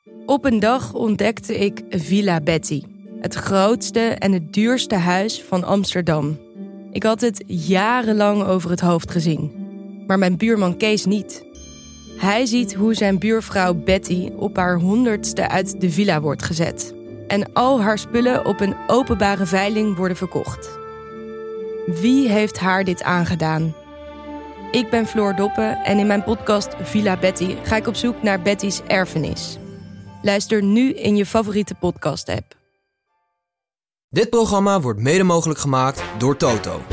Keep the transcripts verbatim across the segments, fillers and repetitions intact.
Op een dag ontdekte ik Villa Betty. Het grootste en het duurste huis van Amsterdam. Ik had het jarenlang over het hoofd gezien. Maar mijn buurman Kees niet. Hij ziet hoe zijn buurvrouw Betty op haar honderdste uit de villa wordt gezet. En al haar spullen op een openbare veiling worden verkocht. Wie heeft haar dit aangedaan? Ik ben Floor Doppen en in mijn podcast Villa Betty ga ik op zoek naar Betty's erfenis. Luister nu in je favoriete podcast-app. Dit programma wordt mede mogelijk gemaakt door Toto.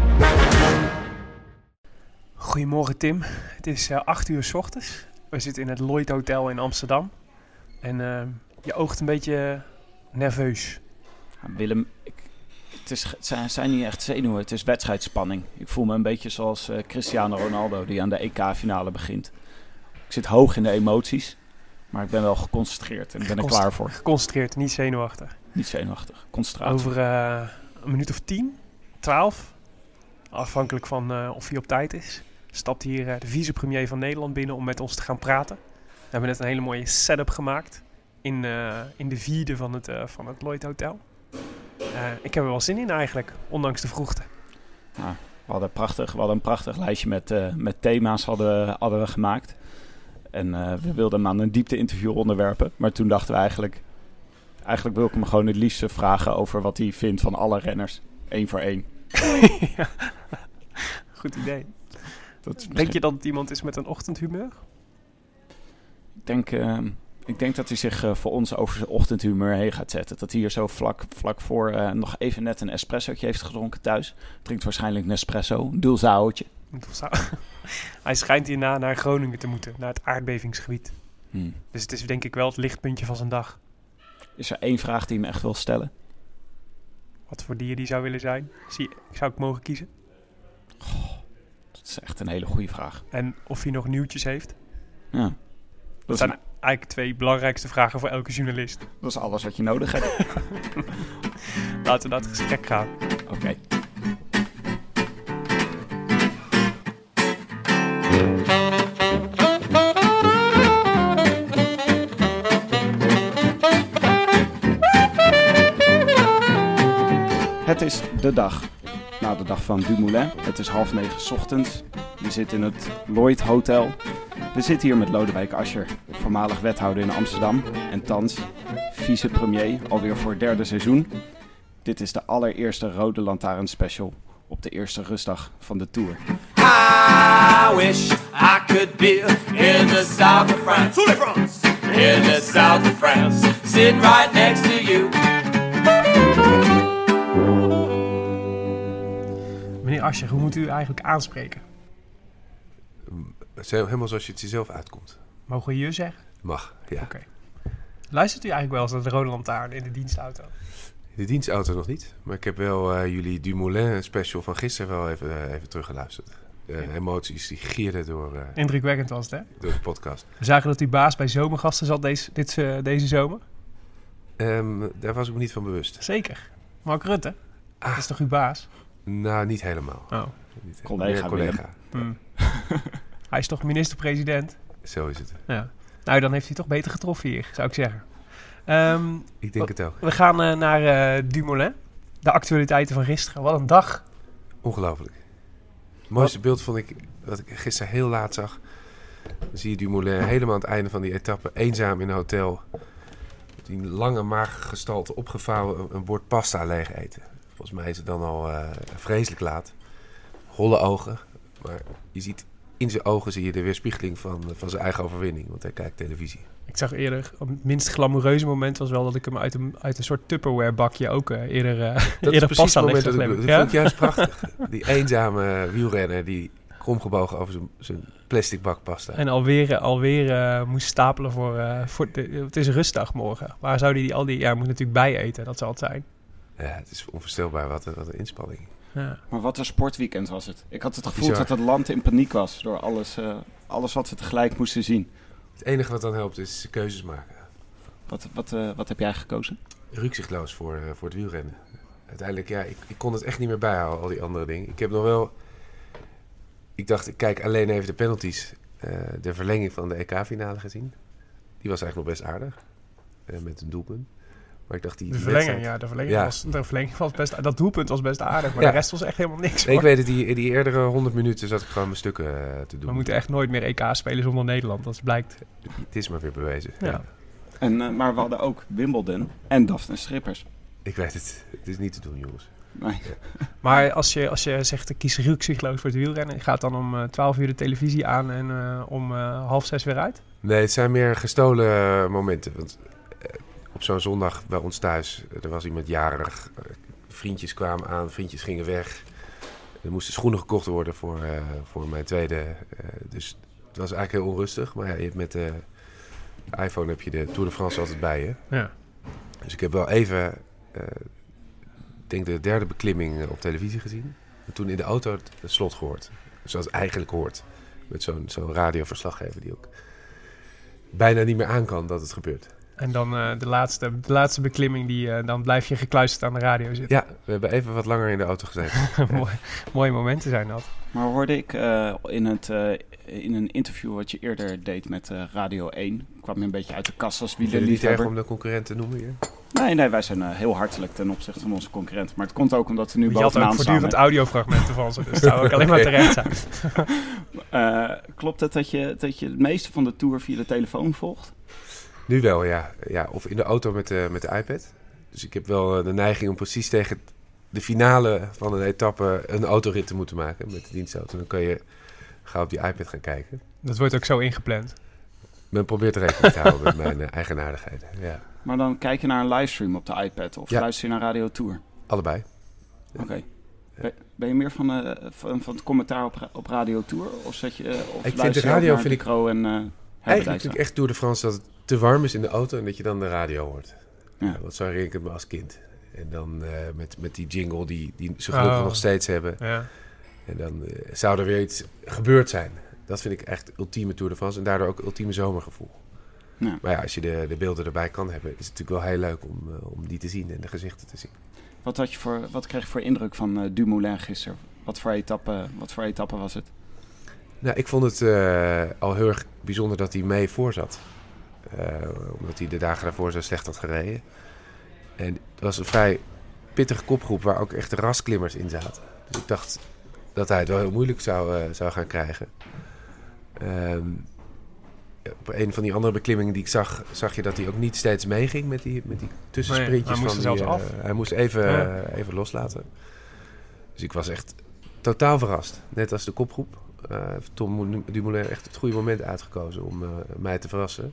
Goedemorgen Tim, het is uh, acht uur 's ochtends. We zitten in het Lloyd Hotel in Amsterdam. En uh, je oogt een beetje nerveus. Ja, Willem, ik, het, is, het zijn, zijn niet echt zenuwen, het is wedstrijdspanning. Ik voel me een beetje zoals uh, Cristiano Ronaldo die aan de E K-finale begint. Ik zit hoog in de emoties, maar ik ben wel geconcentreerd en ik ben er klaar voor. Geconcentreerd, niet zenuwachtig. Niet zenuwachtig, concentratie. Over uh, een minuut of tien, twaalf, afhankelijk van uh, of hij op tijd is, stapt hier uh, de vicepremier van Nederland binnen om met ons te gaan praten. We hebben net een hele mooie setup gemaakt in, uh, in de vierde van het, uh, van het Lloyd Hotel. Uh, ik heb er wel zin in eigenlijk, ondanks de vroegte. Ja, we, hadden prachtig, we hadden een prachtig lijstje met, uh, met thema's hadden, hadden we gemaakt. En uh, we wilden hem aan een diepte-interview onderwerpen. Maar toen dachten we eigenlijk... Eigenlijk wil ik hem gewoon het liefste vragen over wat hij vindt van alle renners. Eén voor één. Ja. Goed idee. Dat misschien... Denk je dat het iemand is met een ochtendhumeur? Ik denk, uh, ik denk dat hij zich uh, voor ons over zijn ochtendhumeur heen gaat zetten. Dat hij hier zo vlak, vlak voor uh, nog even net een espressootje heeft gedronken thuis. Drinkt waarschijnlijk Nespresso, een dulzaootje. Hij schijnt hierna naar Groningen te moeten, naar het aardbevingsgebied. Hmm. Dus het is denk ik wel het lichtpuntje van zijn dag. Is er één vraag die je me echt wil stellen? Wat voor dier die zou willen zijn? Zie, zou ik mogen kiezen? Goh, dat is echt een hele goede vraag. En of hij nog nieuwtjes heeft? Ja. Dat, dat zijn een... eigenlijk twee belangrijkste vragen voor elke journalist. Dat is alles wat je nodig hebt. Laten we naar het gesprek gaan. Oké. Okay. Het is de dag. Nou, de dag van Dumoulin. Het is half negen 's ochtends. We zitten in het Lloyd Hotel. We zitten hier met Lodewijk Asscher, voormalig wethouder in Amsterdam. En thans vicepremier, alweer voor het derde seizoen. Dit is de allereerste Rode Lantaarn special op de eerste rustdag van de Tour. I wish I could be in the south of France. In the south of France. Sitting right next to you. Meneer Asscher, hoe moet u eigenlijk aanspreken? Helemaal zoals je het jezelf uitkomt. Mogen we je zeggen? Mag, ja. Oké. Okay. Luistert u eigenlijk wel eens naar de Rode Lantaarn in de dienstauto? De dienstauto nog niet. Maar ik heb wel uh, jullie Dumoulin special van gisteren wel even, uh, even teruggeluisterd. De uh, emoties die gierden door... Uh, Indrukwekkend was het, hè? Door de podcast. We zagen dat uw baas bij Zomergasten zat deze, dit, uh, deze zomer. Um, daar was ik me niet van bewust. Zeker. Mark Rutte, ah. dat is toch uw baas? Nou, niet helemaal. Oh. Niet collega. collega. Hmm. Hij is toch minister-president? Zo is het. Ja. Nou, dan heeft hij toch beter getroffen hier, zou ik zeggen. Um, ik denk het ook. We gaan uh, naar uh, Dumoulin. De actualiteiten van gisteren. Wat een dag. Ongelooflijk. Het mooiste Wat? beeld vond ik, wat ik gisteren heel laat zag. Dan zie je Dumoulin helemaal aan het einde van die etappe, eenzaam in een hotel. Die lange magergestalte opgevouwen, een, een bord pasta leeg eten. Volgens mij is het dan al uh, vreselijk laat. Holle ogen. Maar je ziet in zijn ogen zie je de weerspiegeling van, van zijn eigen overwinning. Want hij kijkt televisie. Ik zag eerder, het minst glamoureuze moment was wel dat ik hem uit een, uit een soort Tupperware bakje ook uh, eerder, uh, dat eerder is pasta precies legde. Dat, dat ja? vond ik juist prachtig. Die eenzame wielrenner die kromgebogen over zijn, zijn plastic bak pasta. En alweer, alweer uh, moest stapelen voor... Uh, voor de, het is rustdag morgen. Waar zou hij die al die... Ja, moet natuurlijk bijeten, dat zal het zijn. Ja, het is onvoorstelbaar wat, wat een inspanning. Ja. Maar wat een sportweekend was het. Ik had het gevoel Bizar. dat het land in paniek was door alles, uh, alles wat we tegelijk moesten zien. Het enige wat dan helpt is keuzes maken. Wat, wat, uh, wat heb jij gekozen? Rukzichtloos voor, uh, voor het wielrennen. Uiteindelijk, ja, ik, ik kon het echt niet meer bijhouden, al die andere dingen. Ik heb nog wel... Ik dacht, ik kijk alleen even de penalties. Uh, de verlenging van de E K-finale gezien. die was eigenlijk nog best aardig. Uh, met een doelpunt. Maar ik dacht die de verlenging, wedstrijd... ja, de verlenging, ja. Was, de verlenging was best... Dat doelpunt was best aardig, maar ja. de rest was echt helemaal niks, Nee, hoor. ik weet het, die, die eerdere honderd minuten zat ik gewoon mijn stukken uh, te doen. We moeten echt nooit meer E K spelen zonder Nederland, dat blijkt. Het is maar weer bewezen. Ja. Ja. En, uh, maar we hadden ook Wimbledon en Daphne Schippers. Ik weet het. Het is niet te doen, jongens. Nee. Ja. Maar als je, als je zegt, ik kies rukzichtloos voor het wielrennen, je gaat dan om uh, twaalf uur de televisie aan en uh, om uh, half zes weer uit? Nee, het zijn meer gestolen momenten. Want uh, op zo'n zondag bij ons thuis, er was iemand jarig. Uh, vriendjes kwamen aan, vriendjes gingen weg. Er moesten schoenen gekocht worden voor, uh, voor mijn tweede. Uh, dus het was eigenlijk heel onrustig. Maar ja, je hebt met de iPhone heb je de Tour de France altijd bij je. Ja. Dus ik heb wel even, uh, ik denk de derde beklimming op televisie gezien. En toen in de auto het, het slot gehoord. Zoals het eigenlijk hoort. Met zo'n, zo'n radioverslaggever die ook bijna niet meer aan kan dat het gebeurt. En dan uh, de, laatste, de laatste beklimming, die, uh, dan blijf je gekluisterd aan de radio zitten. Ja, we hebben even wat langer in de auto gezeten. Mooi, mooie momenten zijn dat. Maar hoorde ik uh, in, het, uh, in een interview wat je eerder deed met uh, Radio één... kwam je een beetje uit de kast als Vind je het niet erg wielerliefhebber. om de concurrent te noemen hier? Nee, nee, wij zijn uh, heel hartelijk ten opzichte van onze concurrent. Maar het komt ook omdat we nu Je had bovenaan ook staan. voortdurend met- audiofragmenten van ze, dus dat zou ook alleen maar terecht zijn. Uh, klopt het dat je, dat je het meeste van de Tour via de telefoon volgt? Nu wel, ja. ja of in de auto met de, met de iPad. Dus ik heb wel uh, de neiging om precies tegen de finale van een etappe een autorit te moeten maken met de dienstauto. Dan kan je gauw op die iPad gaan kijken. Dat wordt ook zo ingepland. Men probeert er rekening te houden met mijn uh, eigenaardigheden. Ja. Maar dan kijk je naar een livestream op de iPad of Ja. luister je naar Radio Tour? Allebei. Oké. Okay. Ben, ben je meer van, uh, van, van het commentaar op, ra- op Radio Tour? Of, zet je, uh, of Ik vind luister de je ook radio naar vind ik Ducro en uh, Herbert Eigenlijk Dijkstra? vind ik echt Tour de France dat het te warm is in de auto en dat je dan de radio hoort. Ja. Ja, want zo herinner ik het me als kind. En dan uh, met, met die jingle die, die ze gelukkig Oh. nog steeds hebben. Ja. En dan uh, zou er weer iets gebeurd zijn. Dat vind ik echt ultieme Tour de France en daardoor ook ultieme zomergevoel. Ja. Maar ja, als je de, de beelden erbij kan hebben, is het natuurlijk wel heel leuk om, uh, om die te zien en de gezichten te zien. Wat, had je voor, wat kreeg je voor indruk van uh, Dumoulin gisteren? Wat voor etappe, wat voor etappe was het? Nou, ik vond het uh, al heel erg bijzonder dat hij mee voor zat. Uh, omdat hij de dagen daarvoor zo slecht had gereden. En het was een vrij pittige kopgroep waar ook echt rasklimmers in zaten. Dus ik dacht dat hij het wel heel moeilijk zou, uh, zou gaan krijgen. Um, op een van die andere beklimmingen die ik zag, zag je dat hij ook niet steeds meeging met die, met die tussensprintjes. Nee, hij moest van er die, zelfs uh, af. Hij moest even, Ja. uh, even loslaten. Dus ik was echt totaal verrast. Net als de kopgroep. Uh, Tom Dumoulin echt het goede moment uitgekozen om uh, mij te verrassen.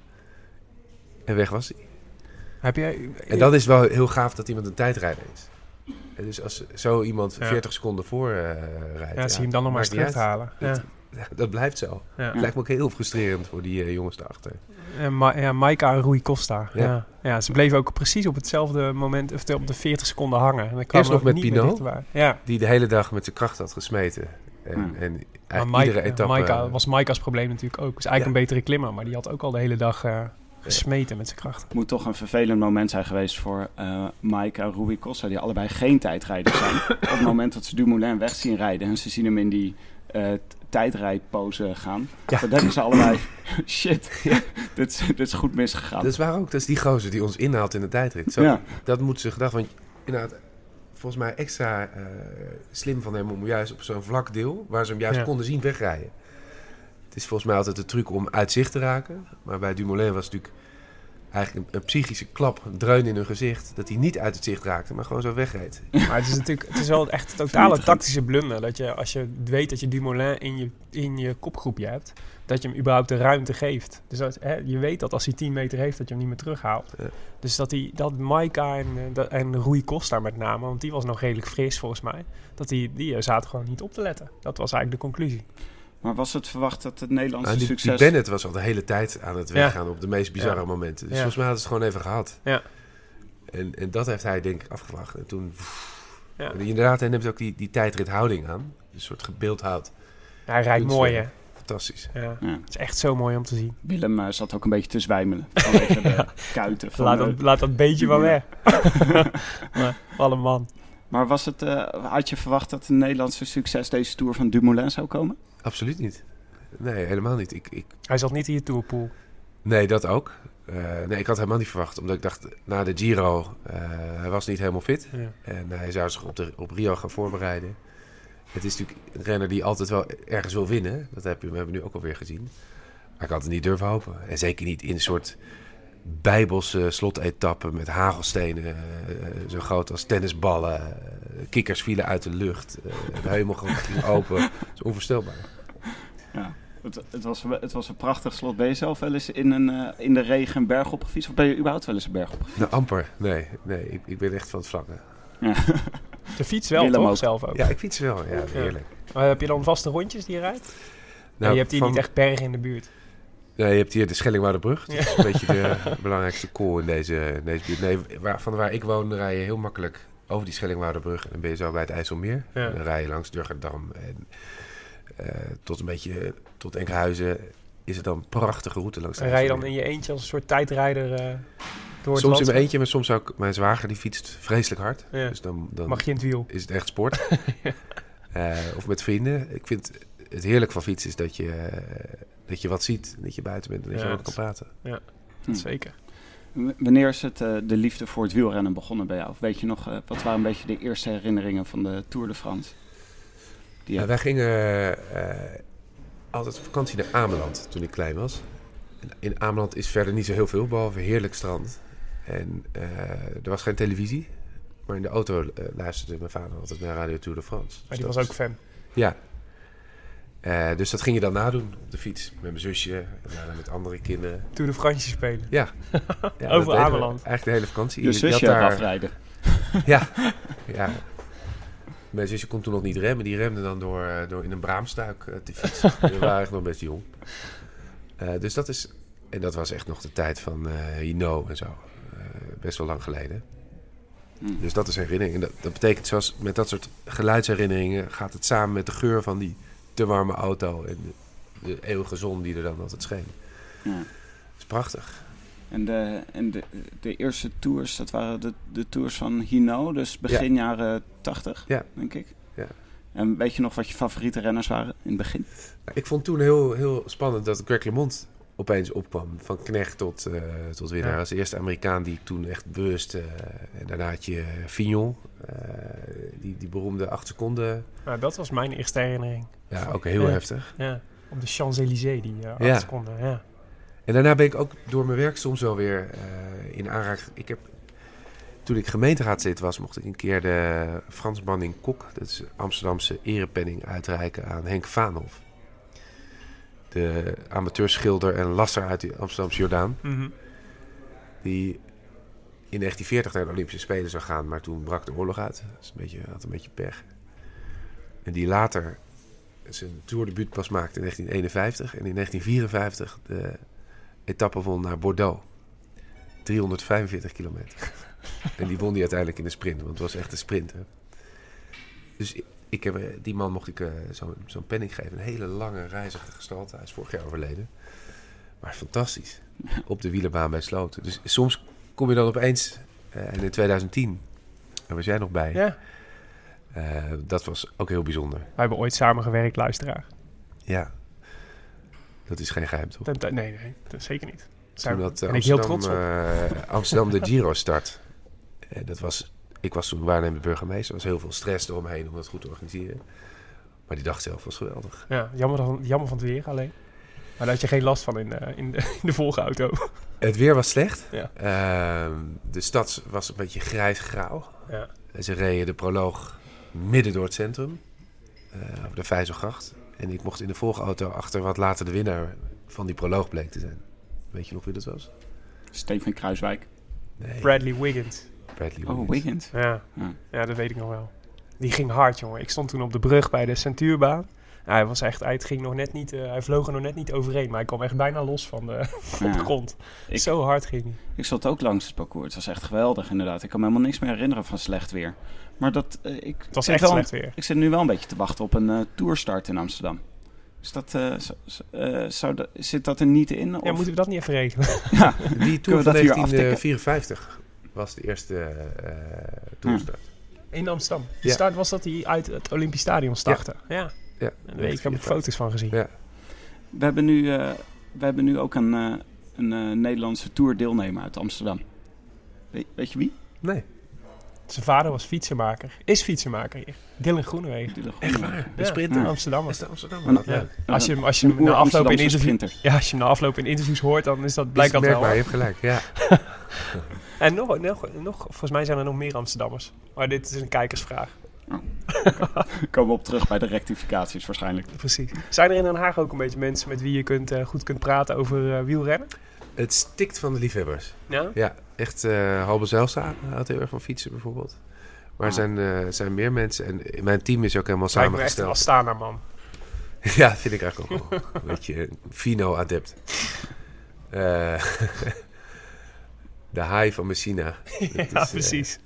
En weg was hij. Heb jij... En dat is wel heel gaaf dat iemand een tijdrijder is. En dus als zo iemand Ja. veertig seconden voor uh, rijdt... Ja, zie je hem dan nog maar eens maakt niet terug te uit. halen. Ja. Dat, dat blijft zo. Ja. Het lijkt me ook heel frustrerend voor die uh, jongens daarachter. En Ma- ja, Maika en Rui Costa. Ja. Ja. Ja. Ja, ze bleven ook precies op hetzelfde moment, of op de veertig seconden hangen. En dan kwamen Eerst nog ook met niet meer Pinot. dichterbij. Ja. Die de hele dag met zijn kracht had gesmeten. En, Ja. en Maar eigenlijk iedere Maika, etappe... Maika was Maika's probleem natuurlijk ook. Is eigenlijk Ja. een betere klimmer, maar die had ook al de hele dag uh, gesmeten met zijn kracht. Het moet toch een vervelend moment zijn geweest voor uh, Mike en Rui Costa, die allebei geen tijdrijders zijn. Op het moment dat ze Dumoulin weg zien rijden en ze zien hem in die uh, t- tijdrijdpose gaan. Ja. Dan denken ze allebei, shit, ja. dit, is, dit is goed misgegaan. Dat is waar ook. Dat is die gozer die ons inhaalt in de tijdrit. Zo, Ja. Dat moet ze gedacht. Want inderdaad, volgens mij extra uh, slim van hem om juist op zo'n vlak deel, waar ze hem juist Ja. konden zien wegrijden. Het is volgens mij altijd de truc om uit zicht te raken. Maar bij Dumoulin was het natuurlijk eigenlijk een, een psychische klap, een dreun in hun gezicht, dat hij niet uit het zicht raakte, maar gewoon zo wegreed. Maar het is natuurlijk het is wel echt een totale Vernietigend. tactische blunder. Dat je, als je weet dat je Dumoulin in je, in je kopgroepje hebt, dat je hem überhaupt de ruimte geeft. Dus dat, hè, je weet dat als hij tien meter heeft, dat je hem niet meer terughaalt. Ja. Dus dat, die, dat Maika en, eh, dat, en Rui Costa met name, want die was nog redelijk fris volgens mij, dat die, die eh, zaten gewoon niet op te letten. Dat was eigenlijk de conclusie. Maar was het verwacht dat het Nederlandse Nou, die, die succes... Bennett was al de hele tijd aan het weggaan op de meest bizarre Ja. momenten. Dus Ja. volgens mij hadden ze het gewoon even gehad. Ja. En, en dat heeft hij denk ik afgewacht. En toen... Ja. En inderdaad, hij neemt ook die, die tijdrithouding aan. Een soort gebeeldhouwd. Ja, hij rijdt Kunst, mooi, ja. hè? Fantastisch. Ja. Ja. Het is echt zo mooi om te zien. Willem uh, zat ook een beetje te zwijmelen vanwege de kuiten. Van, Laat uh, dat, laat dat beetje wel weg. maar, wat een man. Maar was het, uh, had je verwacht dat een Nederlandse succes deze Tour van Dumoulin zou komen? Absoluut niet. Nee, helemaal niet. Ik, ik, Hij zat niet in je tourpool. nee, dat ook. Uh, nee, ik had helemaal niet verwacht. Omdat ik dacht, na de Giro, uh, hij was niet helemaal fit. Ja. En hij zou zich op, de, op Rio gaan voorbereiden. Het is natuurlijk een renner die altijd wel ergens wil winnen. Dat heb je, we hebben we nu ook alweer gezien. Maar ik had het niet durven hopen. En zeker niet in een soort bijbelse slotetappe met hagelstenen. Uh, zo groot als tennisballen. Uh, kikkers vielen uit de lucht. Uh, de hemel ging open. Dat is onvoorstelbaar. Ja. Het, het, was, het was een prachtig slot. Ben je zelf wel eens in, een, uh, in de regen een berg opgefietst? Of ben je überhaupt wel eens een berg opgefietst? Nou, amper. Nee, nee ik, ik ben echt van het vlakke. Ja. De fiets wel, toch? Ook. Zelf ook? Ja, ik fiets wel. Ja, heerlijk. Ja. Maar heb je dan vaste rondjes die je rijdt? Nou, je hebt hier van... niet echt bergen in de buurt. Nee, je hebt hier de Schellingwouderbrug. Dat is een beetje de belangrijkste kool in deze, in deze buurt. Nee, waar, van waar ik woon rij je heel makkelijk over die Schellingwouderbrug. En dan ben je zo bij het IJsselmeer. Ja. En dan rij je langs Durgerdam en... Uh, tot een beetje tot Enkhuizen is het dan een prachtige route langs de En rij je dan in je eentje als een soort tijdrijder uh, door het Soms in mijn eentje, maar soms ook mijn zwager die fietst vreselijk hard. Ja. Dus dan, dan mag je in het wiel. Is het echt sport. ja. uh, of met vrienden. Ik vind het heerlijk van fietsen is dat je, uh, dat je wat ziet, dat je buiten bent en dat ja, je wat kan praten. Ja, hm. zeker. W- wanneer is het uh, de liefde voor het wielrennen begonnen bij jou? Of weet je nog, uh, wat waren een beetje de eerste herinneringen van de Tour de France? Ja, wij gingen uh, altijd op vakantie naar Ameland toen ik klein was. En in Ameland is verder niet zo heel veel, behalve heerlijk strand. En uh, er was geen televisie, maar in de auto uh, luisterde mijn vader altijd naar Radio Tour de France. Maar die dus was ook fan? Ja. Uh, dus dat ging je dan nadoen op de fiets met mijn zusje en daarna met andere kinderen. Tour de France spelen? Ja. ja Over Ameland? Eigenlijk de hele vakantie. Je zusje daar... afrijden? ja, ja. Mijn zusje kon toen nog niet remmen. Die remde dan door, door in een braamstuik uh, te fietsen. We waren echt nog best jong. Uh, dus dat is... En dat was echt nog de tijd van uh, Hinault en zo. Uh, best wel lang geleden. Mm. Dus dat is herinnering. En dat, dat betekent, zoals met dat soort geluidsherinneringen... gaat het samen met de geur van die te warme auto... en de, de eeuwige zon die er dan altijd scheen. Ja. Dat is prachtig. En, de, en de, de eerste tours, dat waren de, de tours van Hinault, dus begin ja. jaren tachtig, ja. denk ik. Ja. En weet je nog wat je favoriete renners waren in het begin? Nou, ik vond toen heel, heel spannend dat Greg LeMond opeens opkwam. Van knecht tot, uh, tot winnaar. Ja. Als de eerste Amerikaan die ik toen echt bewust... Uh, en daarna had je Fignon, uh, die, die beroemde acht seconden. Nou, dat was mijn eerste herinnering. Ja, ook heel ja. heftig. Ja, op de Champs-Élysées, die uh, acht ja. seconden, ja. En daarna ben ik ook door mijn werk soms wel weer uh, in aanraking. Ik heb, toen ik gemeenteraadslid was, mocht ik een keer de Frans Banning Kok, dat is Amsterdamse erepenning, uitreiken aan Henk Vaanhoff. De amateurschilder en lasser uit de Amsterdamse Jordaan. Mm-hmm. Die in negentien veertig naar de Olympische Spelen zou gaan, maar toen brak de oorlog uit. Dat is een beetje, had een beetje pech. En die later zijn tourdebuut pas maakte in negentien eenenvijftig. En in negentien vierenvijftig de etappe won naar Bordeaux. driehonderdvijfenveertig kilometer. En die won die uiteindelijk in de sprint, want het was echt een sprint. Hè. Dus ik, ik heb, die man mocht ik uh, zo'n, zo'n penning geven. Een hele lange, reizige gestalte. Hij is vorig jaar overleden. Maar fantastisch. Op de wielerbaan bij Sloten. Dus soms kom je dan opeens... Uh, en in twintig tien, daar was jij nog bij. Ja. Uh, dat was ook heel bijzonder. Wij hebben ooit samengewerkt, luisteraar. Ja. Dat is geen geheim, toch? Nee, nee, nee dat zeker niet. Toen dat uh, Amsterdam, uh, Amsterdam de Giro start. Uh, dat was, ik was toen waarnemend burgemeester. Er was heel veel stress eromheen om dat goed te organiseren. Maar die dag zelf was geweldig. Ja, jammer, dan, jammer van het weer alleen. Maar daar had je geen last van in de, in de, in de volgauto. Het weer was slecht. Ja. Uh, de stad was een beetje grijs-grauw. Ja. En ze reden de proloog midden door het centrum. Uh, op de Vijzelgracht. En ik mocht in de volgauto achter wat later de winnaar van die proloog bleek te zijn. Weet je nog wie dat was? Steven Kruiswijk. Nee. Bradley Wiggins. Bradley Wiggins. Oh, Wiggins. Ja. Ja. ja, dat weet ik nog wel. Die ging hard, jongen. Ik stond toen op de brug bij de Centuurbaan. Ja, hij was echt, hij ging nog net niet, uh, hij vloog er nog net niet overheen, maar hij kwam echt bijna los van de, van ja. de grond. Ik, Zo hard ging hij. Ik zat ook langs het parcours. Het was echt geweldig, inderdaad. Ik kan me helemaal niks meer herinneren van slecht weer. Maar dat, uh, ik, het was echt wel, slecht weer. Ik zit nu wel een beetje te wachten op een uh, tourstart in Amsterdam. Is dat, uh, uh, zou de, zit dat er niet in? Of? Ja, moeten we dat niet even regelen? Ja, die Tour van negentien vierenvijftig was de eerste uh, tourstart. Ja. In Amsterdam. De ja. start was dat hij uit het Olympisch Stadion startte. Ja. ja. Ja, ik heb er foto's van gezien. Ja. We, hebben nu, uh, we hebben nu ook een, uh, een uh, Nederlandse Tour-deelnemer uit Amsterdam. We, weet je wie? Nee. Zijn vader was fietsenmaker. Is fietsenmaker hier. Dylan Groenewegen. Dylan Echt waar? De Ja, sprinter? ja. Amsterdammer. Is de Amsterdammer? Ja. Ja. Als je hem, als je hem Een na afloop in Amsterdamse interviews, sprinter. ja, als je hem na afloop in interviews hoort, dan is dat blijkt Is dat wel. merkbaar, je hebt gelijk, ja. En nog, nog, nog, volgens mij zijn er nog meer Amsterdammers. Maar dit is een kijkersvraag. Komen we op terug bij de rectificaties waarschijnlijk. Precies. Zijn er in Den Haag ook een beetje mensen met wie je kunt, uh, goed kunt praten over uh, wielrennen? Het stikt van de liefhebbers. Ja? Ja, echt. Uh, Halbe Zijlstra houdt heel erg van fietsen bijvoorbeeld. Maar er Ah. zijn, uh, zijn meer mensen. En mijn team is ook helemaal Lijkt me echt een samengesteld. Astana man. Ja, dat vind ik eigenlijk ook wel. Een beetje een Fino-adept. Uh, de haai van Messina. Dat Ja, is, uh, precies.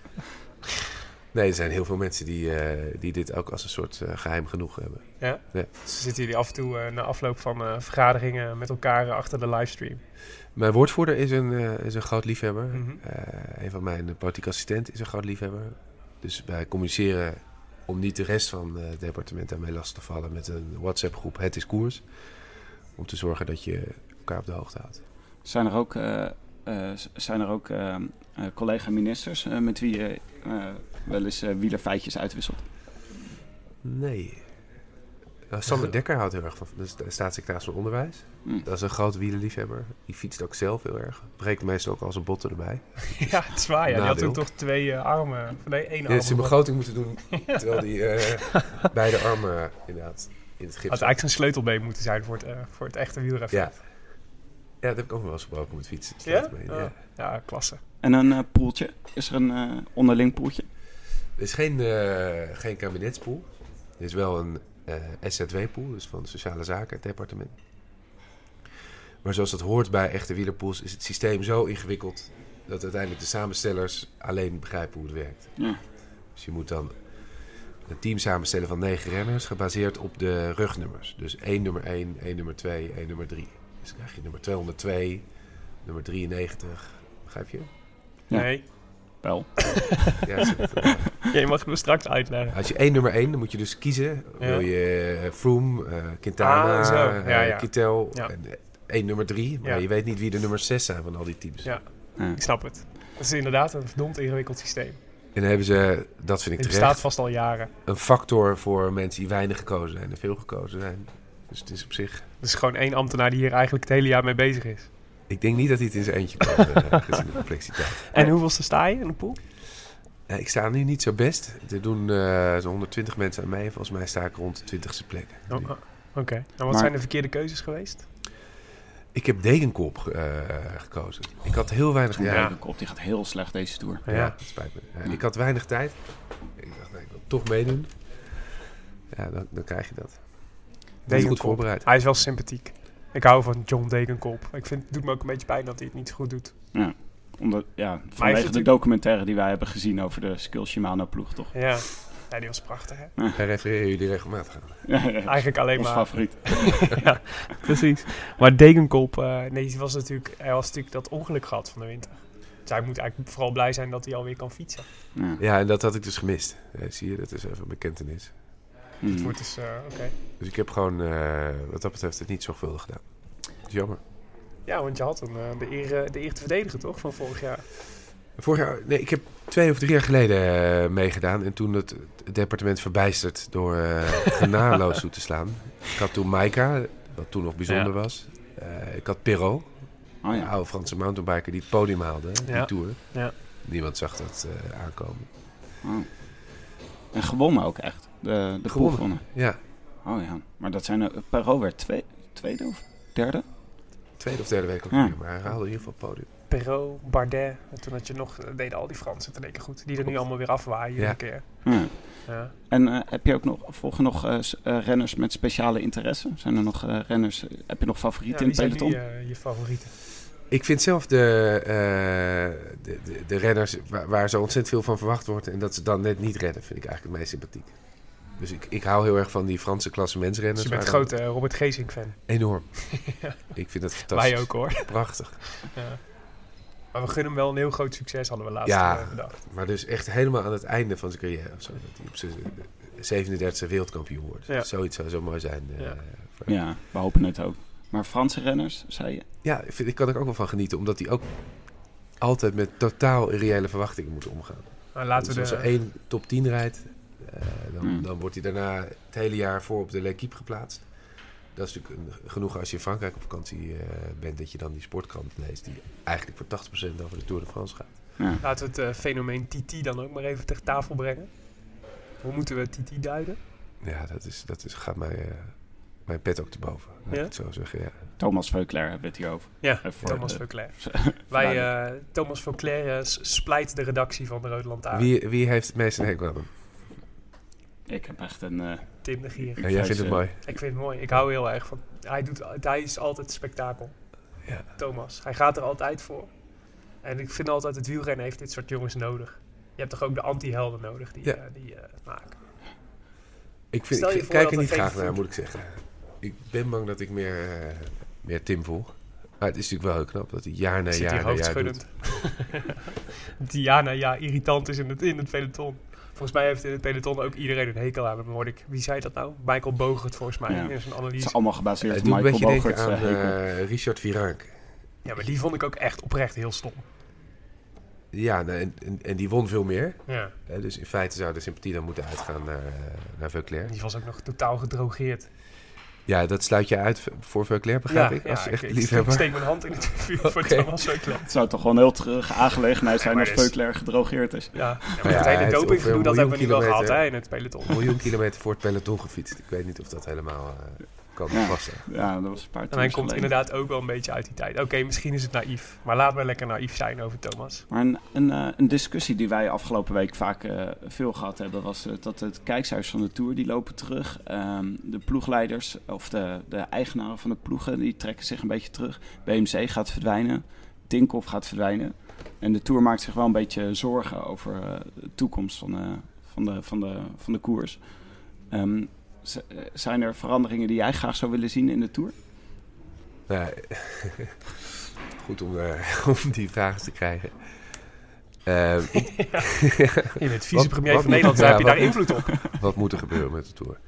Nee, er zijn heel veel mensen die, uh, die dit ook als een soort uh, geheim genoeg hebben. Ja? Ja. Dus zitten jullie af en toe uh, na afloop van uh, vergaderingen met elkaar uh, achter de livestream? Mijn woordvoerder is een, uh, is een groot liefhebber. Mm-hmm. Uh, een van mijn politieke assistenten is een groot liefhebber. Dus wij communiceren om niet de rest van uh, het departement daarmee last te vallen met een WhatsApp-groep Het is Koers. Om te zorgen dat je elkaar op de hoogte houdt. Zijn er ook, uh, uh, zijn er ook uh, uh, collega-ministers uh, met wie je uh, wel eens uh, wielerfeitjes uitwisselt? Nee. Uh, Sander Dekker houdt heel erg van de staatssecretaris van Onderwijs. Mm. Dat is een groot wielerliefhebber. Die fietst ook zelf heel erg. Breekt meestal ook al zijn botten erbij. Ja, het is waar. Ja. Die had Nadeel. toen toch twee uh, armen. Nee, één Ja, arm. dat zijn begroting moeten doen terwijl die uh, beide armen uh, inderdaad in het gips Had eigenlijk zijn sleutelbeen moeten zijn voor het, uh, voor het echte wielrenfeit. Ja. Ja, dat heb ik ook wel eens gebroken met fietsen. Ja? Mee. Oh. Ja. Ja, klasse. En een uh, poeltje? Is er een uh, onderling poeltje? Er is geen, uh, geen kabinetspool. Er is wel een uh, S Z W-pool, dus van Sociale Zaken, het departement. Maar zoals dat hoort bij echte wielerpools is het systeem zo ingewikkeld dat uiteindelijk de samenstellers alleen begrijpen hoe het werkt. Ja. Dus je moet dan een team samenstellen van negen renners gebaseerd op de rugnummers. Dus één nummer één, één nummer twee, één nummer drie. Dus dan krijg je nummer tweehonderdtwee, nummer drieënnegentig. Begrijp je? Ja. Nee. Wel. Ja, zo, uh, Ja, je mag het me straks uitleggen. Als je één nummer één, dan moet je dus kiezen. Ja. Wil je uh, Froome, uh, Quintana, Ah, zo. uh, Ja, ja. Kittel Ja. en uh, één nummer drie. Maar Ja. je weet niet wie de nummers zes zijn van al die teams. Ja. Ja. Ik snap het. Het is inderdaad een verdomd ingewikkeld systeem. En dan hebben ze, dat vind ik Het terecht, bestaat vast al jaren. een factor voor mensen die weinig gekozen zijn en veel gekozen zijn. Dus het is op zich... Er is gewoon één ambtenaar die hier eigenlijk het hele jaar mee bezig is. Ik denk niet dat hij het in zijn eentje kan, uh, gezien de complexiteit. En hoeveelste sta je in de pool? Uh, ik sta nu niet zo best. Er doen uh, zo'n honderdtwintig mensen aan mee. Volgens mij sta ik rond de twintigste plek. Oh, oh, Oké. Okay. En wat Maar- zijn de verkeerde keuzes geweest? Ik heb Degenkop uh, gekozen. Ik had heel weinig... Zo'n Ja, Degenkop, die gaat heel slecht deze tour. Ja. ja, het spijt me. Ja, ik had weinig tijd. Ik dacht, nee, ik wil toch meedoen. Ja, dan, dan krijg je dat. Ik ben goed Degenkop. voorbereid. Hij is wel sympathiek. Ik hou van John Degenkop. Ik vind, het doet me ook een beetje pijn dat hij het niet zo goed doet. Ja. Omdat, ja, heeft vanwege de natuurlijk- documentaire die wij hebben gezien over de Skill Shimano ploeg, toch? Ja, ja die was prachtig, hè? Daar refereren jullie regelmatig aan. Ja, ja. Eigenlijk alleen Ons maar... favoriet. Ja, precies. Maar Degenkop, uh, nee, die was natuurlijk, hij was natuurlijk dat ongeluk gehad van de winter. Dus hij moet eigenlijk vooral blij zijn dat hij alweer kan fietsen. Ja. Ja, en dat had ik dus gemist. Ja, zie je, dat is even een bekentenis. Hmm. Het wordt dus, uh, oké. Dus ik heb gewoon, uh, wat dat betreft, het niet zorgvuldig gedaan. Dat is jammer. Ja, want je had een, uh, de, eer, de eer te verdedigen, toch, van vorig jaar? Vorig jaar, nee, ik heb twee of drie jaar geleden uh, meegedaan. En toen het, het departement verbijsterd door uh, genadeloos toe te slaan. Ik had toen Maika, wat toen nog bijzonder Ja. was. Uh, ik had Perrault, Oh de ja. oude Franse mountainbiker die het podium haalde, die Ja. Tour. Ja. Niemand zag dat uh, aankomen. Oh. En gewonnen ook echt. De, de pool Gewonnen. gewonnen. Ja, Oh ja. Maar dat zijn... Uh, Perrault werd twee, tweede of derde? tweede of derde week ook Ja. weer, maar hij haalde in ieder geval het podium. Perrault, Bardet, en toen had je nog, deden al die Fransen het in één keer goed. Die er nu allemaal weer afwaaien Ja. een keer. Ja. Ja. En uh, heb je ook nog, volgen nog uh, s- uh, renners met speciale interesse? Zijn er nog uh, renners, uh, heb je nog favorieten Ja, in wie het zijn peloton? nu uh, je favorieten? Ik vind zelf de, uh, de, de, de renners waar, waar zo ontzettend veel van verwacht wordt en dat ze dan net niet redden, vind ik eigenlijk het meest sympathiek. Dus ik, ik hou heel erg van die Franse klassementsrenners. Dus je bent waar een dan- grote uh, Robert Geesink-fan. Enorm. Ja. Ik vind het fantastisch. Wij ook, hoor. Prachtig. Ja. Maar we gunnen hem wel een heel groot succes, hadden we laatst Ja. uh, bedacht. Maar dus echt helemaal aan het einde van zijn carrière of zo. Dat hij op zijn zevenendertigste wereldkampioen wordt. Ja. Zoiets zou zo mooi zijn. Uh, Ja. voor- Ja, we hopen het ook. Maar Franse renners, zei je? ja, ik, vind, ik kan er ook wel van genieten. Omdat hij ook altijd met totaal irreële verwachtingen moet omgaan. Maar laten dus we als de... er één top tien rijdt, uh, dan, Hmm. dan wordt hij daarna het hele jaar voor op de L'Équipe geplaatst. Dat is natuurlijk een, genoeg als je in Frankrijk op vakantie uh, bent, dat je dan die sportkrant leest die eigenlijk voor tachtig procent over de Tour de France gaat. Ja. Laten we het uh, fenomeen T T dan ook maar even ter tafel brengen. Hoe moeten we T T duiden? Ja, dat, is, dat is, gaat mij, uh, mijn pet ook te boven. Laat Ja? ik het zo zeggen, ja. Thomas Veuclair hebben we het hier over. Ja, Even voor Thomas de- Veuclair. Wij, uh, Thomas Veuclair uh, splijt de redactie van de Rode Lantaarn. Wie, wie heeft het meest een hekel aan hem? Ik heb echt een... Uh, Tim de Gier. Ja, Ik jij vrees, vindt het uh, mooi. Ik vind het mooi. Ik hou heel erg van... Hij, doet, hij is altijd spektakel. Ja. Thomas. Hij gaat er altijd voor. En ik vind altijd, het wielrennen heeft dit soort jongens nodig. Je hebt toch ook de anti-helden nodig die, Ja. uh, die uh, maken. Ik, vind, Stel je ik voor kijk dat er er niet geen graag naar, voet- moet ik zeggen. Ik ben bang dat ik meer, uh, meer Tim voel. Maar het is natuurlijk wel heel knap dat hij jaar na Zit hier jaar na jaar doet. hoofdschuddend. Diana, ja, irritant is in het, in het peloton. Volgens mij heeft in het peloton ook iedereen een hekel aan hem. Hoorde ik. Wie zei dat nou? Michael Bogert volgens mij Ja. in zijn het analyse. is allemaal gebaseerd Het op doet een Michael beetje denken Bogert's aan uh, hekel. uh, Richard Virenque. Ja, maar die vond ik ook echt oprecht heel stom. Ja, nou, en, en, en die won veel meer. Ja. Hè, dus in feite zou de sympathie dan moeten uitgaan naar, uh, naar Veuclair. Die was ook nog totaal gedrogeerd. Ja, dat sluit je uit voor Veuclair, begrijp ik. Als je echt ik, ik liefhebber. steek mijn hand in het vuur voor Oké. Thomas Veuclair. Het zou toch gewoon een heel terug aangelegenheid zijn Ja, maar als dus- Veuclair gedrogeerd is. Ja, ja, maar Ja, het hij hele heeft dopinggedoe, ongeveer dat een hebben we niet wel miljoen gehad hè, kilometer. in het peloton. Een miljoen kilometer voor het peloton gefietst. Ik weet niet of dat helemaal uh, kan Ja. passen. Ja, dat was een paar En hij tours komt geleden. inderdaad ook wel een beetje uit die tijd. Oké, okay, misschien is het naïef. Maar laten we lekker naïef zijn over Thomas. Maar een, een, uh, een discussie die wij afgelopen week vaak uh, veel gehad hebben... was uh, dat het kijkcijfers van de Tour, die lopen terug. Um, de ploegleiders, of de, de eigenaren van de ploegen, die trekken zich een beetje terug. B M C gaat verdwijnen. Tinkoff gaat verdwijnen. En de Tour maakt zich wel een beetje zorgen over uh, de toekomst van, uh, van, de, van, de, van de koers. Um, z- uh, zijn er veranderingen die jij graag zou willen zien in de Tour? Nou, goed om, uh, om die vragen te krijgen. Uh, ik, Je bent vicepremier wat van Nederland, moet- daar heb je ja, daar wat invloed op. wat moet er gebeuren met de Tour?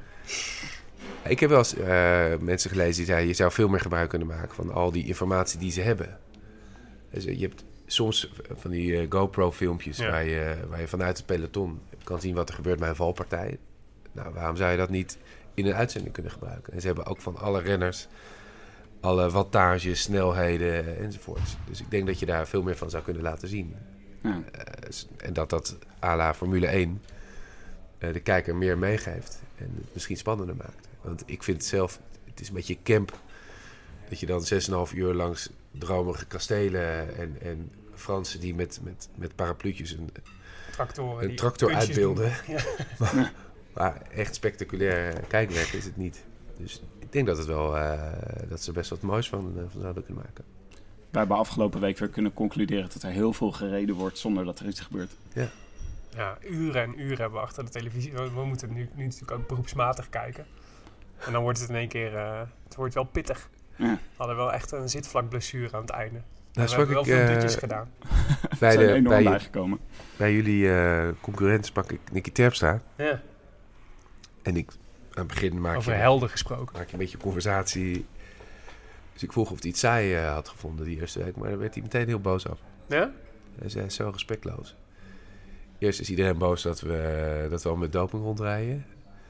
Ik heb wel eens uh, mensen gelezen die zeiden... je zou veel meer gebruik kunnen maken van al die informatie die ze hebben. Dus, je hebt soms van die uh, GoPro-filmpjes... Ja. Waar, je, waar je vanuit het peloton kan zien wat er gebeurt bij een valpartij. Nou, waarom zou je dat niet in een uitzending kunnen gebruiken? En ze hebben ook van alle renners... alle wattages, snelheden enzovoorts. Dus ik denk dat je daar veel meer van zou kunnen laten zien. Ja. Uh, en dat dat à la Formule één uh, de kijker meer meegeeft en het misschien spannender maakt. Want ik vind het zelf, het is een beetje camp dat je dan zes en een half uur langs dromerige kastelen en, en Fransen die met, met, met parapluutjes een, Tractoren een die tractor kunstjes uitbeelden. doen. Ja. maar, maar echt spectaculair kijkwerk is het niet. Dus ik denk dat, het wel, uh, dat ze best wat moois van, uh, van zouden kunnen maken. We hebben afgelopen week weer kunnen concluderen dat er heel veel gereden wordt zonder dat er iets gebeurt. Ja. Ja, uren en uren hebben we achter de televisie. We, we moeten nu, nu natuurlijk ook beroepsmatig kijken. En dan wordt het in één keer, uh, het wordt wel pittig. Ja. We hadden wel echt een zitvlakblessure aan het einde. Nou, we hebben wel ik, veel uh, dutjes gedaan. We bij, zijn de, enorm bij, bijgekomen. bij jullie uh, concurrenten sprak ik Nicky Terpstra. Ja, En ik, aan het begin maak over je, helden gesproken. maak je een beetje conversatie. Dus ik vroeg of hij het saai uh, had gevonden die eerste week. Maar daar werd hij meteen heel boos op. Ja? Hij zei, zo respectloos. Eerst is iedereen boos dat we, dat we al met doping rondrijden.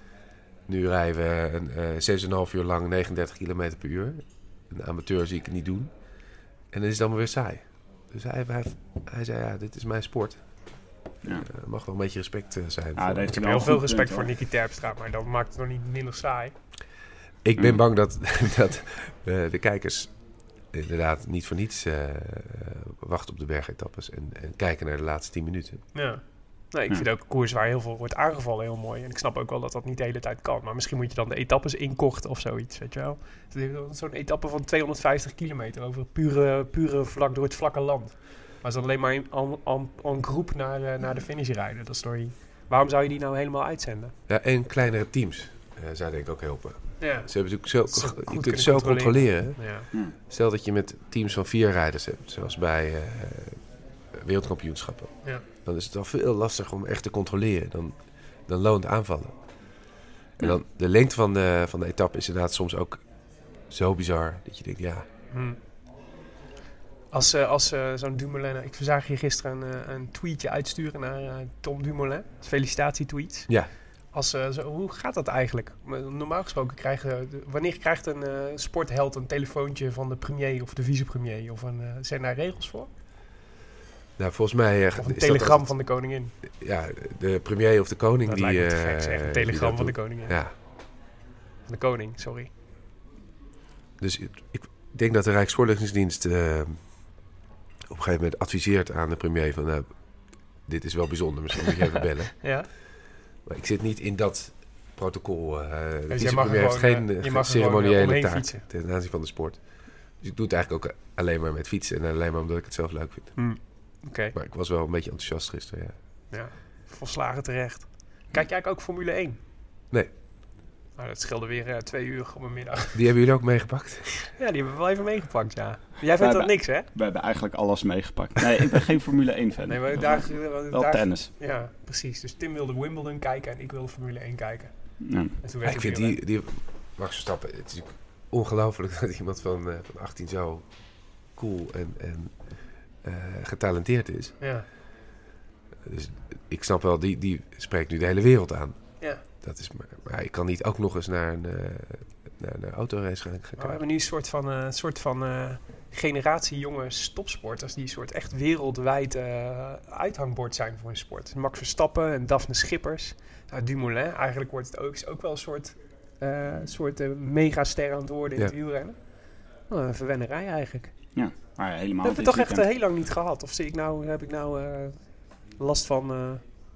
Nu rijden we een uh, zes en een half uur lang negenendertig kilometer per uur. Een amateur zie ik het niet doen. En dan is het allemaal weer saai. Dus hij, hij, hij zei, ja, dit is mijn sport. Ja. Er uh, mag wel een beetje respect uh, zijn. Ja, voor- dat heeft Ik heb wel heel een veel goed respect punt, voor hoor. Nicky Terpstra, maar dat maakt het nog niet minder saai. Ik ben Mm. bang dat, dat uh, de kijkers inderdaad niet voor niets uh, wachten op de bergetappes en, en kijken naar de laatste tien minuten. Ja. Nee, ik Ja. vind ook een koers waar heel veel wordt aangevallen heel mooi. En ik snap ook wel dat dat niet de hele tijd kan. Maar misschien moet je dan de etappes inkorten of zoiets, weet je wel. Zo'n etappe van tweehonderdvijftig kilometer over pure, pure vlak door het vlakke land. Maar ze dan alleen maar in en, en, en groep naar, uh, naar de finish rijden. Dat is door die... Waarom zou je die nou helemaal uitzenden? Ja, en kleinere teams uh, zou denk ik ook helpen. Ja. Ze hebben natuurlijk zo, Dat ze goed je kunt kunnen het zo controleren. controleren. hè. Ja. Stel dat je met teams van vier rijders hebt, zoals bij uh, wereldkampioenschappen. Ja. Dan is het al veel lastiger om echt te controleren. Dan, dan loont aanvallen. En dan de lengte van de, van de etappe is inderdaad soms ook zo bizar dat je denkt, ja, Hm. Als, uh, als uh, zo'n Dumoulin... Ik zag je gisteren een, uh, een tweetje uitsturen naar uh, Tom Dumoulin. Felicitatietweets. Ja. Als, uh, zo, hoe gaat dat eigenlijk? Normaal gesproken krijgen... Wanneer krijgt een uh, sportheld een telefoontje van de premier of de vicepremier? Of een, uh, zijn daar regels voor? Nou, volgens mij... Uh, of een is telegram dat van de koningin. Ja, de premier of de koning dat die... lijkt me te uh, gek, zeg. Een telegram van de koningin. Ja. Van de koning, sorry. Dus ik, ik denk dat de Rijksvoorlichtingsdienst... Uh, op een gegeven moment adviseert aan de premier van... Uh, dit is wel bijzonder, misschien moet je even bellen. Ja. Maar ik zit niet in dat protocol. Uh, de dus vicepremier heeft geen uh, ceremoniële taak fietsen. ten aanzien van de sport. Dus ik doe het eigenlijk ook alleen maar met fietsen. En alleen maar omdat ik het zelf leuk vind. Hmm. Okay. Maar ik was wel een beetje enthousiast gisteren, ja. Ja, volslagen terecht. Kijk jij ook Formule één? Nee. Nou, dat scheelde weer uh, twee uur op een middag. Die hebben jullie ook meegepakt? Ja, die hebben we wel even meegepakt, ja. Jij vindt dat niks, hè? We hebben eigenlijk alles meegepakt. Nee, ik ben geen Formule één fan. Nee, maar daar, wel daar, tennis. Ja, precies. Dus Tim wilde Wimbledon kijken en ik wilde Formule één kijken. Ja. En toen werd ja, ik vind die, die Max Verstappen, het is ongelooflijk dat iemand van, uh, van achttien zo cool en, en uh, getalenteerd is. Ja. Dus ik snap wel, die, die spreekt nu de hele wereld aan. Ja. Dat is, maar, maar ik kan niet ook nog eens naar een, uh, naar een autorace gaan kijken. We hebben nu een soort van, uh, soort van uh, generatie jonge topsporters die een soort echt wereldwijd uh, uithangbord zijn voor hun sport. Max Verstappen en Daphne Schippers. Nou, Dumoulin, eigenlijk wordt het ook, is ook wel een soort, uh, soort uh, megaster aan het worden in ja. het wielrennen. Oh, een verwennerij eigenlijk. Ja, maar helemaal. Dat hebben we toch echt uh, heel lang niet gehad. Of zie ik nou, heb ik nou uh, last van... Uh,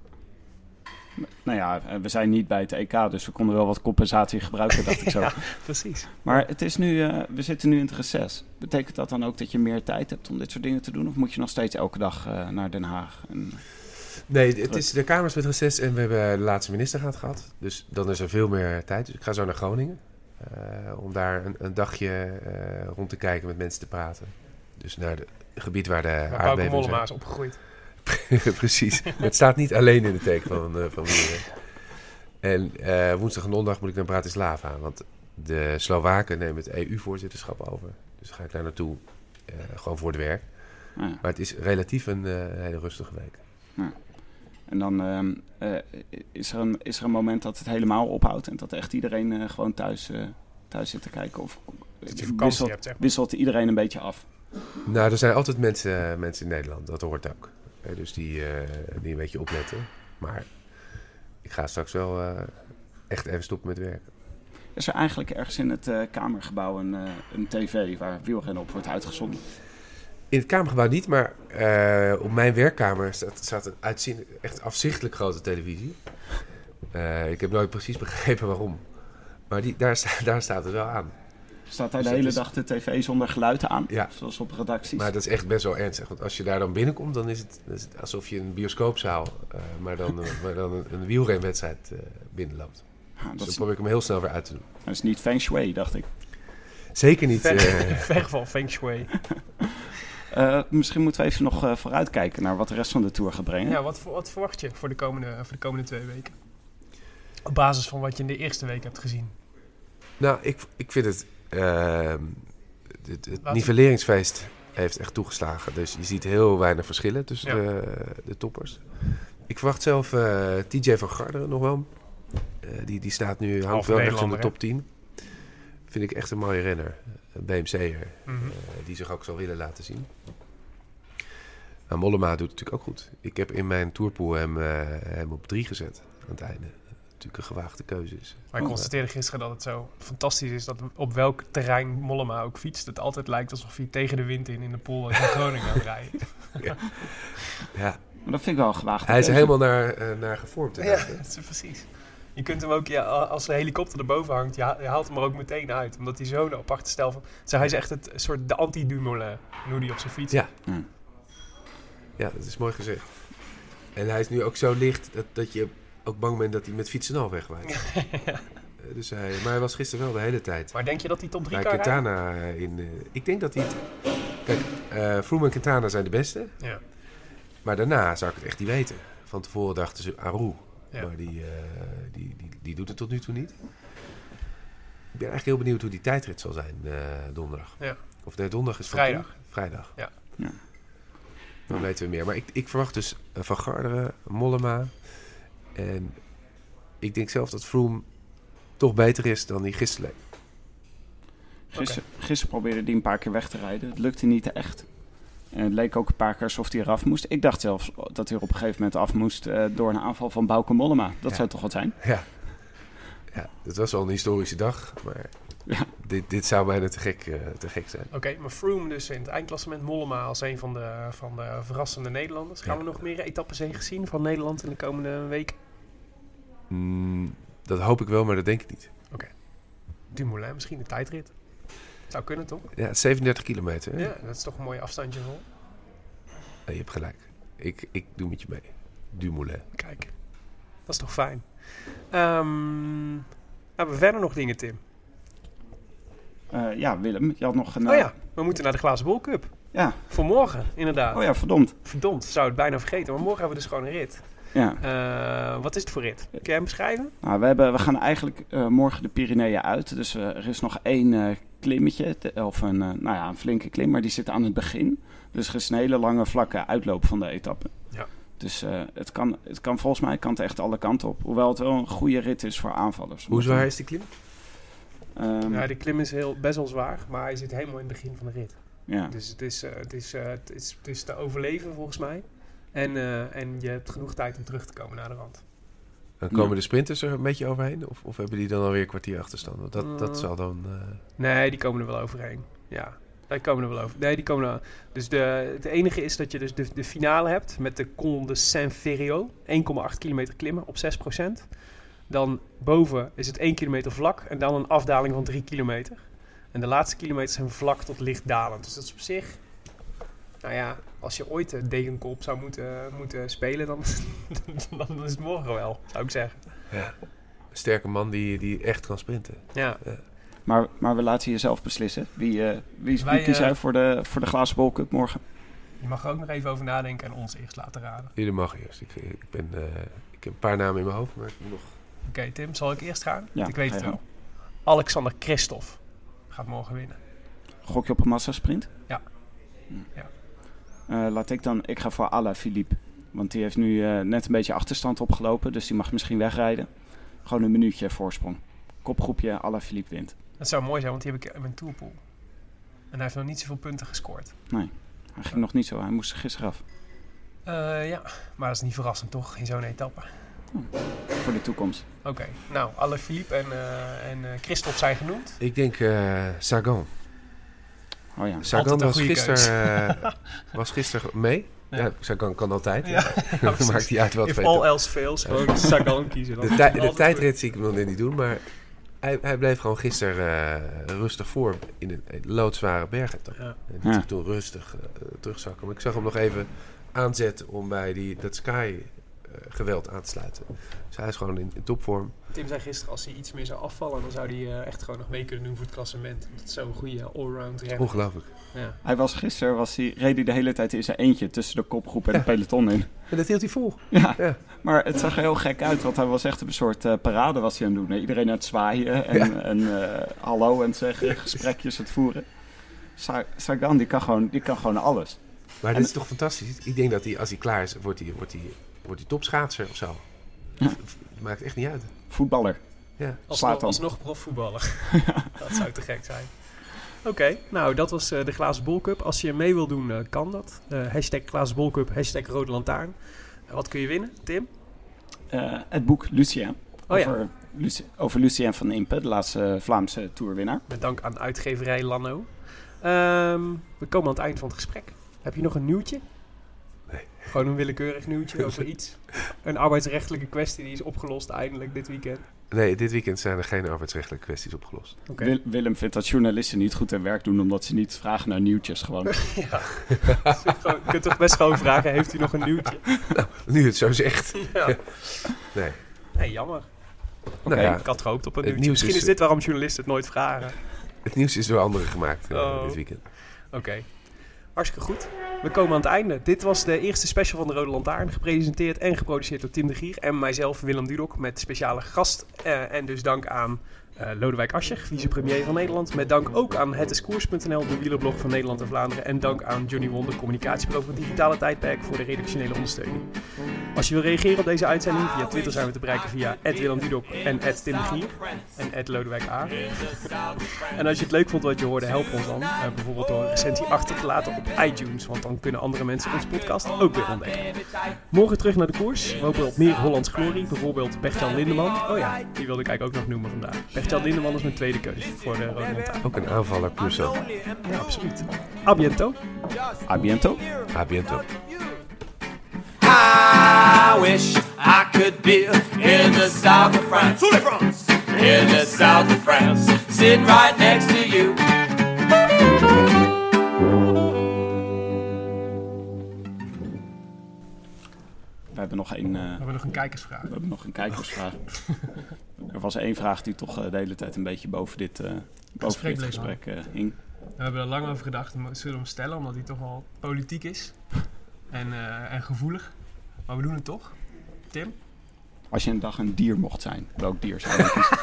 Nou ja, we zijn niet bij het E K, dus we konden wel wat compensatie gebruiken, dacht ik zo. Ja, precies. Maar het is nu, uh, we zitten nu in het reces. Betekent dat dan ook dat je meer tijd hebt om dit soort dingen te doen? Of moet je nog steeds elke dag uh, naar Den Haag? En nee, het is de Kamers met reces en we hebben de laatste ministerraad gehad. Dus dan is er veel meer tijd. Dus ik ga zo naar Groningen. Uh, om daar een, een dagje uh, rond te kijken, met mensen te praten. Dus naar het gebied waar de waar aardbeving zijn. Bauke Mollema is opgegroeid. Precies. Maar het staat niet alleen in de teken van, uh, van wielrennen. En uh, woensdag en donderdag moet ik naar Bratislava. Want de Slowaken nemen het E U-voorzitterschap over. Dus ga ik daar naartoe. Uh, gewoon voor het werk. Ja. Maar het is relatief een uh, hele rustige week. Ja. En dan uh, uh, is, er een, is er een moment dat het helemaal ophoudt. En dat echt iedereen uh, gewoon thuis, uh, thuis zit te kijken. Of dat je wisselt, hebt, zeg maar. wisselt iedereen een beetje af? Nou, er zijn altijd mensen, uh, mensen in Nederland. Dat hoort ook. Uh, dus die, uh, die een beetje opletten. Maar ik ga straks wel uh, echt even stoppen met werken. Is er eigenlijk ergens in het uh, Kamergebouw een, uh, een tv waar wielrennen op wordt uitgezonden? In het Kamergebouw niet, maar uh, op mijn werkkamer staat, staat een uitzien, echt afzichtelijk grote televisie. Uh, ik heb nooit precies begrepen waarom. Maar die, daar, sta, daar staat het wel aan. Staat daar dus de hele is, dag de tv zonder geluid aan? Ja. Zoals op redacties? Maar dat is echt best wel ernstig. Want als je daar dan binnenkomt, dan is het, dan is het alsof je een bioscoopzaal, uh, maar dan, uh, maar dan een, een wielrenwedstrijd uh, binnenloopt. Ja, dus dan probeer ik hem heel snel weer uit te doen. Dat is niet feng shui, dacht ik. Zeker niet. Ver, uh, ver van feng shui. Uh, misschien moeten we even nog uh, vooruitkijken naar wat de rest van de Tour gaat brengen. Ja, wat, wat verwacht je voor de, komende, voor de komende twee weken? Op basis van wat je in de eerste week hebt gezien. Nou, ik, ik vind het... Uh, het, het nivelleringsfeest heeft echt toegeslagen. Dus je ziet heel weinig verschillen tussen ja. de, de toppers. Ik verwacht zelf uh, T J van Garderen nog wel. Uh, die, die staat nu, hangt wel echt in de top tien. Vind ik echt een mooie renner. Een B M C'er. Mm-hmm. Uh, die zich ook zal willen laten zien. Nou, Mollema doet het natuurlijk ook goed. Ik heb in mijn tourpool hem, uh, hem op drie gezet aan het einde. Natuurlijk een gewaagde keuze is. Maar ik constateerde gisteren dat het zo fantastisch is dat op welk terrein Mollema ook fietst. Het altijd lijkt alsof hij tegen de wind in in de pool in Groningen aan het rijden. Ja. Ja. Maar dat vind ik wel gewaagd. Hij is er helemaal naar, uh, naar gevormd. Ja, dat is precies. Je kunt hem ook, ja, als de helikopter erboven hangt, je haalt hem er ook meteen uit. Omdat hij zo'n aparte stijl van... Dus hij is echt het soort de anti-Dumoulin, hoe hij op zijn fiets. Ja. ja. Ja, dat is mooi gezegd. En hij is nu ook zo licht dat, dat je ook bang bent dat hij met fietsen al wegwaait. Ja. Dus hij, maar hij was gisteren wel de hele tijd. Maar denk je dat hij top drie kan Quintana rijden? In, uh, ik denk dat hij... Kijk, uh, Froome en Quintana zijn de beste. Ja. Maar daarna zou ik het echt niet weten. Van tevoren dachten ze Aru. Ja. Maar die, uh, die, die, die doet het tot nu toe niet. Ik ben eigenlijk heel benieuwd hoe die tijdrit zal zijn uh, donderdag. Ja. Of nee, donderdag is vrijdag. Vrijdag. Ja. Ja. Dan weten we meer. Maar ik, ik verwacht dus uh, Van Garderen, Mollema. En ik denk zelf dat Froome toch beter is dan die gisteren. Gisteren, okay. gisteren probeerde hij een paar keer weg te rijden. Het lukte niet echt. En het leek ook een paar keer alsof hij eraf moest. Ik dacht zelfs dat hij op een gegeven moment af moest uh, door een aanval van Bauke Mollema. Dat ja. zou toch wat zijn? Ja. Ja, het was wel een historische dag. Maar ja. dit, dit zou bijna te gek, uh, te gek zijn. Oké, okay, maar Froome dus in het eindklassement. Mollema als een van de, van de verrassende Nederlanders. Gaan ja. we nog meer etappes heen gezien van Nederland in de komende week? Mm, dat hoop ik wel, maar dat denk ik niet. Oké. Okay. Dumoulin, misschien de tijdrit. Zou kunnen, toch? Ja, zevenendertig kilometer. Hè? Ja, dat is toch een mooi afstandje vol. Ja, je hebt gelijk. Ik, ik doe met je mee. Dumoulin. Kijk, dat is toch fijn. Um, hebben we verder nog dingen, Tim? Uh, ja, Willem, je had nog een... Oh ja, we moeten naar de Glazen Bol Cup. Ja. Voor morgen, inderdaad. Oh ja, verdomd. Verdomd, zou het bijna vergeten. Maar morgen hebben we dus gewoon een rit. Ja. Uh, wat is het voor rit? Kun jij hem beschrijven? Nou, we, hebben, we gaan eigenlijk uh, morgen de Pyreneeën uit. Dus uh, er is nog één uh, klimmetje, te, of een, uh, nou ja, een flinke klim, maar die zit aan het begin. Dus er is een hele lange vlakke uitloop van de etappe. Ja. Dus uh, het, kan, het kan volgens mij kan het echt alle kanten op. Hoewel het wel een goede rit is voor aanvallers. Hoe zwaar is die klim? Um, ja, de klim is heel, best wel zwaar, maar hij zit helemaal in het begin van de rit. Ja. Dus het is, uh, het, is, uh, het, is, het is te overleven volgens mij. En, uh, en je hebt genoeg tijd om terug te komen naar de rand. Dan komen ja. de sprinters er een beetje overheen? Of, of hebben die dan alweer een kwartier achterstand? Want dat, uh, dat zal dan... Uh... Nee, die komen er wel overheen. Ja, die komen er wel over. Nee, die komen er... Dus de, het enige is dat je dus de, de finale hebt met de Col de Saint-Ferréol. één komma acht kilometer klimmen op zes procent. Dan boven is het één kilometer vlak en dan een afdaling van drie kilometer. En de laatste kilometers zijn vlak tot licht dalend. Dus dat is op zich... Nou ja, als je ooit de Degenkop zou moeten, moeten spelen, dan, dan is het morgen wel, zou ik zeggen. Ja, een sterke man die, die echt kan sprinten. Ja. ja. Maar, maar we laten je zelf beslissen. Wie, uh, wie, Wij, wie kies jij uh, voor de, voor de Glazen Bol Cup morgen? Je mag er ook nog even over nadenken en ons eerst laten raden. Jullie mag eerst. Ik, ik, ben, uh, ik heb een paar namen in mijn hoofd, maar ik moet nog... Oké, okay, Tim, zal ik eerst gaan? Ja, ik weet het wel. Alexander Kristoff gaat morgen winnen. Gok je op een massasprint? Ja. Hm. ja. Uh, laat ik dan... Ik ga voor Alaphilippe. Want die heeft nu uh, net een beetje achterstand opgelopen. Dus die mag misschien wegrijden. Gewoon een minuutje voorsprong. Kopgroepje, Alaphilippe wint. Dat zou mooi zijn, want die heb ik in mijn tourpool. En hij heeft nog niet zoveel punten gescoord. Nee, hij ging uh. nog niet zo. Hij moest gisteren af. Uh, ja, maar dat is niet verrassend toch, in zo'n etappe. Oh, voor de toekomst. Oké, okay. Nou, Alaphilippe en, uh, en uh, Kristoff zijn genoemd. Ik denk uh, Sagan. Oh ja. Sagan was gisteren uh, was gisteren mee. Ja, ja Sagan kan altijd. Ja. Ja, maakt hij uit wat. If all else fails, gewoon Sagan kiezen. Dan. De, tij, de tijdrit zie ik hem nog niet doen, maar hij, hij bleef gewoon gisteren uh, rustig voor in een, een loodzware bergetappe. Ja. En die ja. toen rustig uh, terugzakken. Maar ik zag hem nog even aanzetten om bij die, dat Sky uh, geweld aan te sluiten. Dus hij is gewoon in, in topvorm. Tim zei gisteren, als hij iets meer zou afvallen, dan zou hij uh, echt gewoon nog mee kunnen doen voor het klassement. Dat is zo'n goede allround renner. Ongelooflijk. Ja. Hij was gisteren, was hij, reed hij de hele tijd in zijn eentje tussen de kopgroep en ja. de peloton in. En dat hield hij vol. Ja. ja, maar het zag er heel gek uit, want hij was echt een soort uh, parade was hij aan het doen. Hè? Iedereen aan het zwaaien en, ja. en uh, hallo en zeggen, gesprekjes aan het voeren. Sa- Sagan, die kan, gewoon, die kan gewoon alles. Maar dit is toch fantastisch? Ik denk dat hij, als hij klaar is, wordt hij, wordt hij, wordt hij topschaatser of zo. Ja. Maakt echt niet uit. Voetballer. Ja. Alsnog, alsnog profvoetballer. Dat zou te gek zijn. Oké, okay, nou dat was uh, de Glazen Bol Cup. Als je mee wil doen, uh, kan dat. Uh, hashtag Glazen Bol Cup, hashtag Rode Lantaarn. Uh, wat kun je winnen, Tim? Uh, het boek Lucien. Oh, over, ja. Lucie, over Lucien van Impe, de laatste Vlaamse toerwinnaar. Met dank aan uitgeverij Lanno. Um, we komen aan het eind van het gesprek. Heb je nog een nieuwtje? Nee. Gewoon een willekeurig nieuwtje over iets. Een arbeidsrechtelijke kwestie die is opgelost eindelijk dit weekend. Nee, dit weekend zijn er geen arbeidsrechtelijke kwesties opgelost. Okay. Wil, Willem vindt dat journalisten niet goed hun werk doen, omdat ze niet vragen naar nieuwtjes gewoon. Ja. Je kunt toch best gewoon vragen, heeft u nog een nieuwtje? Nou, nu het zo zegt. Ja. Nee. Nee, jammer. Okay. Nou ja, ik had gehoopt op een nieuwtje. Misschien is, is dit waarom journalisten het nooit vragen. Het nieuws is door anderen gemaakt uh, oh. dit weekend. Oké. Okay. Hartstikke goed. We komen aan het einde. Dit was de eerste special van de Rode Lantaarn. Gepresenteerd en geproduceerd door Tim de Gier. En mijzelf, Willem Dudok, met speciale gast. Uh, en dus dank aan uh, Lodewijk Asscher, vicepremier van Nederland. Met dank ook aan hetiskoers punt n l, de wielerblog van Nederland en Vlaanderen. En dank aan Johnny Wonder, communicatiebureau van het digitale tijdperk, voor de redactionele ondersteuning. Als je wil reageren op deze uitzending, via Twitter zijn we te bereiken via at Willem Dudok en at Tim de Gier en at Lodewijk A. En als je het leuk vond wat je hoorde, help ons dan. Uh, bijvoorbeeld door een recensie achter te laten op iTunes, want dan kunnen andere mensen ons podcast ook weer ontdekken. Morgen terug naar de koers. We hopen op meer Hollands glorie, bijvoorbeeld Bert-Jan Lindeman. Oh ja, die wilde ik eigenlijk ook nog noemen vandaag. Bert-Jan Lindeman is mijn tweede keuze voor de Rode Montagne. Ook een aanvaller plus zo. Ja, absoluut. A biento. A biento. A biento. I wish I could be in the south of France. In the south of France. Sitting right next to you. We hebben nog een, uh, We hebben nog een kijkersvraag. We hebben nog een kijkersvraag. Er was één vraag die toch uh, de hele tijd een beetje boven dit, uh, boven dit gesprek uh, hing. We hebben er lang over gedacht, we zullen hem stellen, omdat hij toch wel politiek is. En, uh, en gevoelig. Maar we doen het toch. Tim? Als je een dag een dier mocht zijn, welk dier zou je kiezen?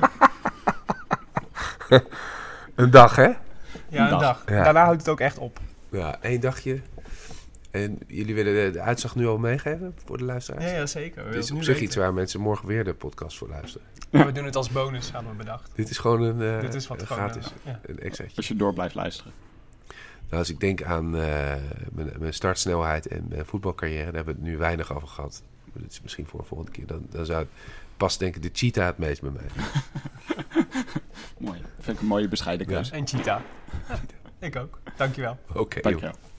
Een dag, hè? Ja, een, een dag. dag. Ja. Daarna houdt het ook echt op. Ja, één dagje. En jullie willen de, de uitslag nu al meegeven voor de luisteraars? Ja, ja zeker. Het is op zich weten. Iets waar mensen morgen weer de podcast voor luisteren. Ja, we doen het als bonus, hadden we bedacht. Dit is gewoon een, uh, Dit is wat een gewoon, gratis, uh, ja. een extraatje. Als je door blijft luisteren. Nou, als ik denk aan uh, mijn, mijn startsnelheid en mijn voetbalcarrière, daar hebben we het nu weinig over gehad. Maar dat is misschien voor een volgende keer. Dan, dan zou het pas denk ik de cheetah het meest bij mij. Mooi. Dat vind ik een mooie bescheiden keuze. Ja. En cheetah. Ja, ik ook. Dankjewel. Oké. Okay, Dankjewel.